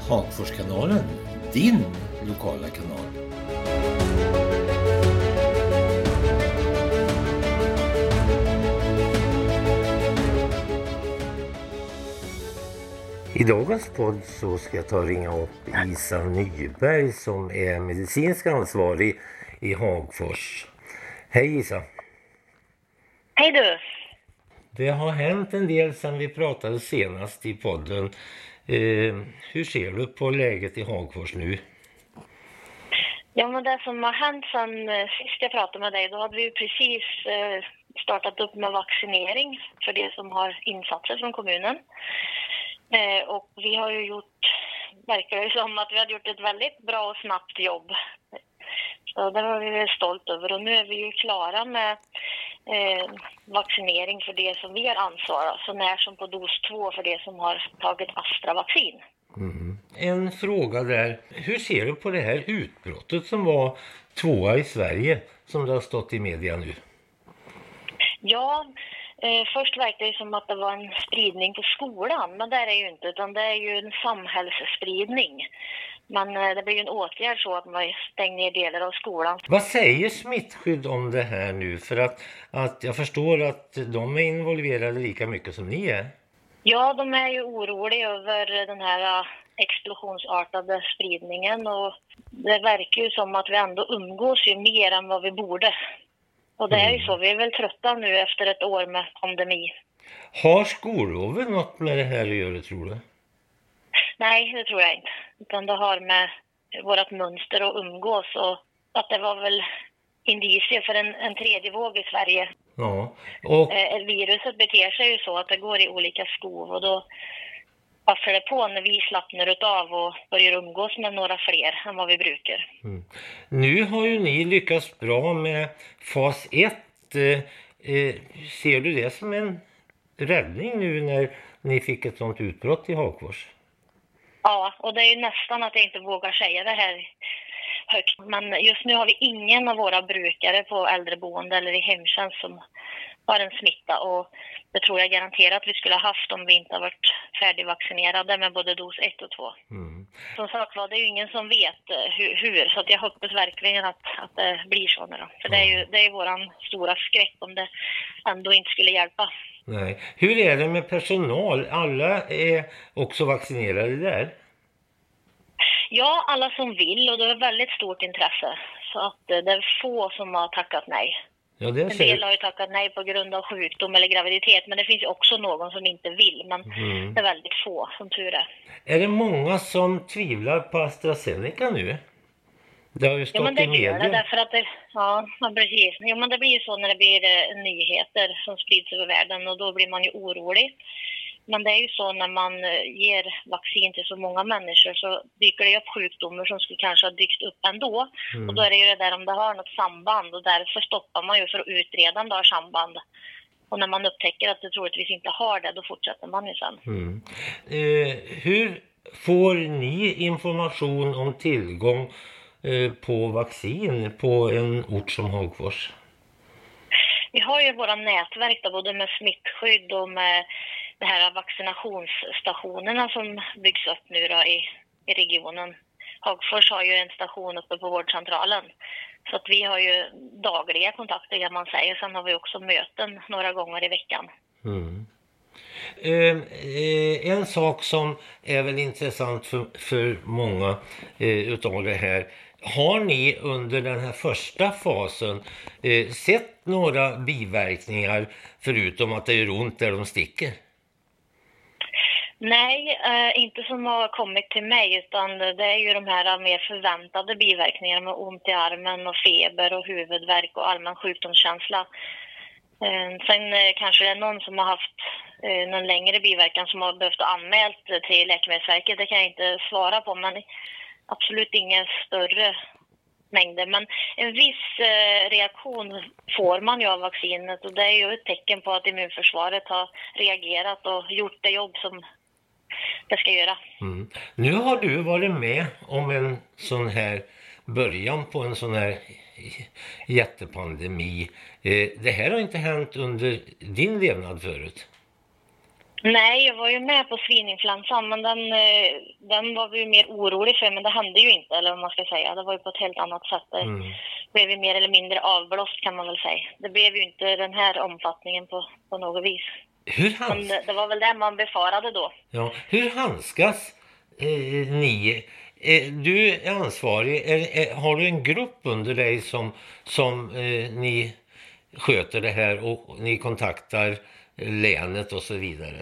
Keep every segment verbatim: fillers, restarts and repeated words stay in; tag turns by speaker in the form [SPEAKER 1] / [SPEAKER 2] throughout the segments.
[SPEAKER 1] Hagforskanalen, din lokala kanal. I dagens podd så ska jag ta och ringa upp Isa Nyberg som är medicinsk ansvarig i Hagfors. Hej Isa.
[SPEAKER 2] Hej du.
[SPEAKER 1] Det har hänt en del sedan vi pratade senast i podden. Eh, hur ser du på läget i Hagfors nu?
[SPEAKER 2] Ja, men det som har hänt sedan eh, sist jag pratade med dig, då hade vi precis eh, startat upp med vaccinering för det som har insatser från kommunen. Eh, och vi har ju gjort, verkar det som att vi har gjort ett väldigt bra och snabbt jobb. Så det var vi stolt över, och nu är vi ju klara med eh, vaccinering för det som vi har ansvar, så när som på dos två för det som har tagit Astra-vaccin.
[SPEAKER 1] Mm. En fråga där, hur ser du på det här utbrottet som var tvåa i Sverige som det har stått i media nu?
[SPEAKER 2] Ja, eh, först verkar det som att det var en spridning på skolan, men det är det ju inte, utan det är ju en samhällsspridning. Men eh, det blir ju en åtgärd så att man stänger ner delar av skolan.
[SPEAKER 1] Vad säger smittskydd om det här nu? För att, att jag förstår att de är involverade lika mycket som ni är.
[SPEAKER 2] Ja, de är ju oroliga över den här uh, explosionsartade spridningen, och det verkar ju som att vi ändå umgås ju mer än vad vi borde. Och det är ju så, vi är väl trötta nu efter ett år med pandemi.
[SPEAKER 1] Har skollovet något med det här att göra, tror du?
[SPEAKER 2] Nej, det tror jag inte. Utan det har med vårt mönster att umgås, och att det var väl indicier för en, en tredje våg i Sverige.
[SPEAKER 1] Ja. Och...
[SPEAKER 2] Eh, viruset beter sig ju så att det går i olika skov, och då passar det på när vi slappnar utav och börjar umgås med några fler än vad vi brukar.
[SPEAKER 1] Mm. Nu har ju ni lyckats bra med fas ett. Eh, eh, ser du det som en räddning nu när ni fick ett sånt utbrott i Hagfors?
[SPEAKER 2] Ja, och det är ju nästan att jag inte vågar säga det här högt. Men just nu har vi ingen av våra brukare på äldreboende eller i hemtjänst som har en smitta. Och det tror jag garanterat att vi skulle ha haft om vi inte har varit färdigvaccinerade med både dos ett och två. Mm. Som sagt var, det är ju ingen som vet hur. hur så att jag hoppas verkligen att, att det blir så nu då. För det är ju det är våran stora skräck om det ändå inte skulle hjälpa.
[SPEAKER 1] Nej. Hur är det med personal? Alla är också vaccinerade där?
[SPEAKER 2] Ja, alla som vill, och det är väldigt stort intresse. Så att det är få som har tackat nej.
[SPEAKER 1] Ja, det
[SPEAKER 2] en del har ju tackat nej på grund av sjukdom eller graviditet, men det finns ju också någon som inte vill. Men mm. det är väldigt få, som tur är.
[SPEAKER 1] Är det många som tvivlar på AstraZeneca nu? Det har ju stått
[SPEAKER 2] ja, men det
[SPEAKER 1] i media.
[SPEAKER 2] Gör det, därför att det, ja, precis. Jo, men det blir ju så när det blir eh, nyheter som sprids över världen, och då blir man ju orolig. Men det är ju så när man ger vaccin till så många människor, så dyker det upp sjukdomar som skulle kanske ha dykt upp ändå. Mm. Och då är det ju det där om det har något samband, och därför stoppar man ju för att utreda om det har samband. Och när man upptäcker att det troligtvis inte har det, då fortsätter man ju sen.
[SPEAKER 1] Mm. Eh, hur får ni information om tillgång eh, på vaccin på en ort som Hagfors?
[SPEAKER 2] Vi har ju våra nätverk då, både med smittskydd och med de här vaccinationsstationerna som byggs upp nu då i, i regionen. Hagfors har ju en station uppe på vårdcentralen. Så att vi har ju dagliga kontakter kan man säga. Sen har vi också möten några gånger i veckan.
[SPEAKER 1] Mm. Eh, eh, en sak som är väl intressant för, för många eh, utav det här. Har ni under den här första fasen eh, sett några biverkningar förutom att det gör ont där de sticker?
[SPEAKER 2] Nej, eh, inte som har kommit till mig, utan det är ju de här mer förväntade biverkningarna med ont i armen och feber och huvudvärk och allmän sjukdomskänsla. Eh, sen eh, kanske det är någon som har haft eh, någon längre biverkan som har behövt anmält till Läkemedelsverket. Det kan jag inte svara på, men absolut ingen större mängder. Men en viss eh, reaktion får man ju av vaccinet, och det är ju ett tecken på att immunförsvaret har reagerat och gjort det jobb som det ska göra. Mm.
[SPEAKER 1] Nu har du varit med om en sån här början på en sån här jättepandemi. Eh, det här har inte hänt under din levnad förut?
[SPEAKER 2] Nej, jag var ju med på svininfluensan, men den, eh, den var vi ju mer orolig för, men det hände ju inte, eller vad man ska säga. Det var ju på ett helt annat sätt. Det
[SPEAKER 1] Mm.
[SPEAKER 2] blev ju mer eller mindre avblåst, kan man väl säga. Det blev ju inte den här omfattningen på, på något vis.
[SPEAKER 1] Hur,
[SPEAKER 2] Men
[SPEAKER 1] hands
[SPEAKER 2] det, det var väl det man befarade då.
[SPEAKER 1] ja, hur handskas eh, ni? Eh, du är ansvarig. Är, är, har du en grupp under dig som, som eh, ni sköter det här och ni kontaktar länet och så vidare?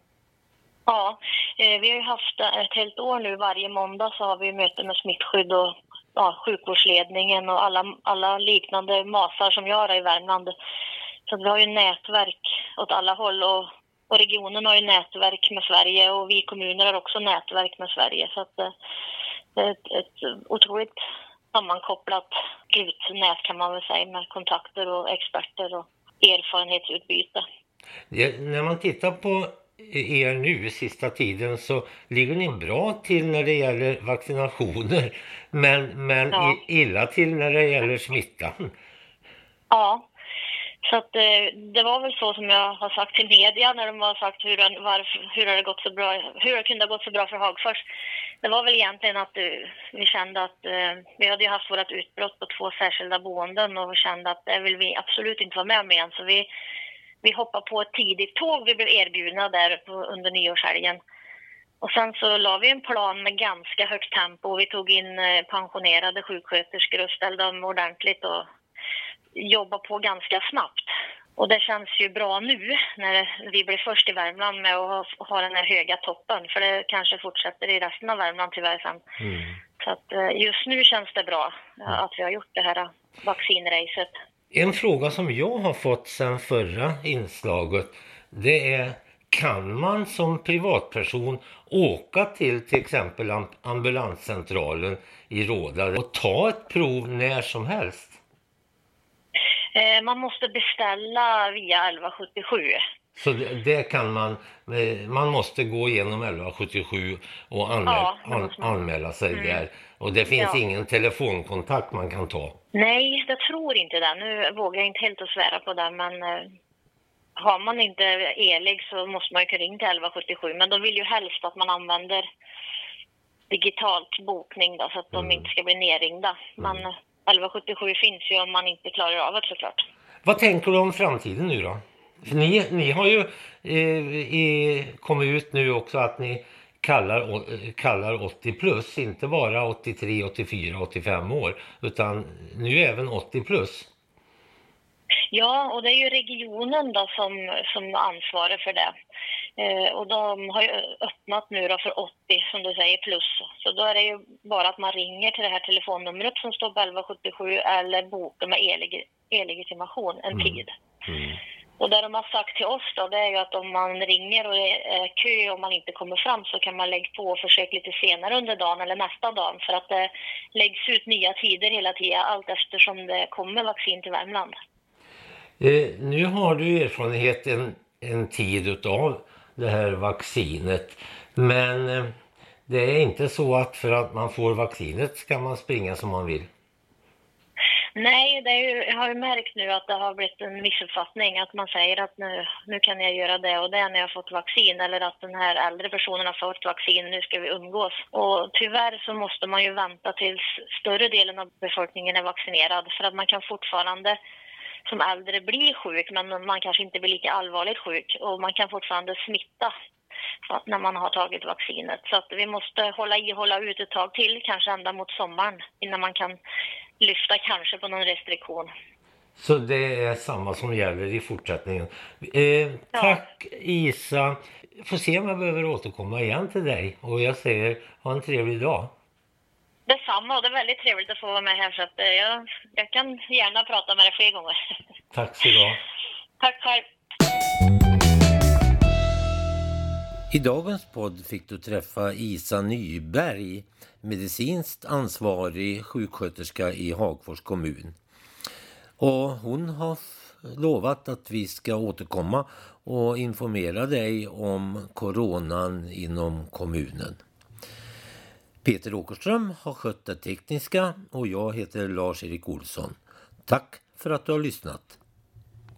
[SPEAKER 2] Ja, eh, vi har ju haft ett helt år nu. Varje måndag så har vi möte med smittskydd och ja, sjukvårdsledningen och alla, alla liknande masar som jag har i Värmland. Så vi har ju nätverk åt alla håll, och, och regionen har ju nätverk med Sverige, och vi kommuner har också nätverk med Sverige. Så att, eh, det är ett, ett otroligt sammankopplat utnät, kan man väl säga, med kontakter och experter och erfarenhetsutbyte.
[SPEAKER 1] Det, när man tittar på er nu sista tiden så ligger ni bra till när det gäller vaccinationer, men, men
[SPEAKER 2] Ja.
[SPEAKER 1] illa till när det gäller smittan.
[SPEAKER 2] Ja, så att, eh, det var väl så som jag har sagt till media när de har sagt hur, den- varför, hur har det gått så bra, hur det kunde ha gått så bra för Hagfors. Det var väl egentligen att eh, vi kände att eh, vi hade ju haft vårt utbrott på två särskilda boenden, och vi kände att det vill vi absolut inte vara med om igen. Så vi, vi hoppade på ett tidigt tåg, vi blev erbjudna där på, under nyårshelgen. Och sen så la vi en plan med ganska högt tempo. Vi tog in eh, pensionerade sjuksköterskor och ställde dem ordentligt och jobba på ganska snabbt. Och det känns ju bra nu när vi blir först i Värmland med att ha, ha den här höga toppen. För det kanske fortsätter i resten av Värmland tyvärr sen.
[SPEAKER 1] Mm.
[SPEAKER 2] Så att eh, just nu känns det bra ja, att vi har gjort det här vaccinracet.
[SPEAKER 1] En fråga som jag har fått sedan förra inslaget, det är: kan man som privatperson åka till till exempel am- ambulanscentralen i Råda och ta ett prov när som helst?
[SPEAKER 2] Eh, man måste beställa via elva sjuttiosju.
[SPEAKER 1] Så det, det kan man, eh, man måste gå igenom elva sjuttiosju och anmäl,
[SPEAKER 2] Ja, det
[SPEAKER 1] an,
[SPEAKER 2] måste man.
[SPEAKER 1] anmäla sig
[SPEAKER 2] Mm.
[SPEAKER 1] där. Och det finns
[SPEAKER 2] Ja.
[SPEAKER 1] ingen telefonkontakt man kan ta.
[SPEAKER 2] Nej, jag tror inte det. Nu vågar jag inte helt att svära på det, men eh, har man inte elig så måste man ju kunna ringa till elva sjuttiosju. Men de vill ju helst att man använder digitalt bokning då, så att de
[SPEAKER 1] Mm.
[SPEAKER 2] inte ska bli nerringda. Men eh, elva sjuttiosju finns ju om man inte klarar av det, såklart.
[SPEAKER 1] Vad tänker du om framtiden nu då? För ni, ni har ju eh, i, kommit ut nu också att ni kallar, å- kallar åttio plus, inte bara åttiotre, åttiofyra, åttiofem år, utan nu även åttio plus.
[SPEAKER 2] Ja, och det är ju regionen då som, som ansvarar för det. Eh, och de har ju öppnat nu då för åttio, som du säger, plus. Så då är det ju bara att man ringer till det här telefonnumret som står på elva sjuttiosju eller bokar med e-leg- e-legitimation en
[SPEAKER 1] Mm.
[SPEAKER 2] tid.
[SPEAKER 1] Mm.
[SPEAKER 2] Och det de har sagt till oss då, det är ju att om man ringer och det är kö och man inte kommer fram, så kan man lägga på och försöka lite senare under dagen eller nästa dag, för att det läggs ut nya tider hela tiden allt eftersom det kommer vaccin till Värmland.
[SPEAKER 1] Eh, nu har du erfarenhet en, en tid utav det här vaccinet, men eh, det är inte så att för att man får vaccinet ska man springa som man vill.
[SPEAKER 2] Nej, det är ju, jag har ju märkt nu att det har blivit en missuppfattning, att man säger att nu, nu kan jag göra det och det när jag har fått vaccin, eller att den här äldre personen har fått vaccin, nu ska vi umgås. Och tyvärr så måste man ju vänta tills större delen av befolkningen är vaccinerad, för att man kan fortfarande som äldre bli sjuk, men man kanske inte blir lika allvarligt sjuk, och man kan fortfarande smitta när man har tagit vaccinet. Så att vi måste hålla i och hålla ut ett tag till, kanske ända mot sommaren, innan man kan lyfta kanske på någon restriktion.
[SPEAKER 1] Så det är samma som gäller i fortsättningen. Eh, tack Isa. Får se om jag behöver återkomma igen till dig. Och jag säger, ha en trevlig dag.
[SPEAKER 2] Detsamma, och det är väldigt trevligt att få vara med här, så att eh, jag, jag kan gärna prata med dig fler gånger.
[SPEAKER 1] Tack så du.
[SPEAKER 2] Tack själv.
[SPEAKER 1] I dagens podd fick du träffa Isa Nyberg, medicinskt ansvarig sjuksköterska i Hagfors kommun. Och hon har lovat att vi ska återkomma och informera dig om coronan inom kommunen. Peter Åkerström har skött det tekniska och jag heter Lars-Erik Olsson. Tack för att du har lyssnat.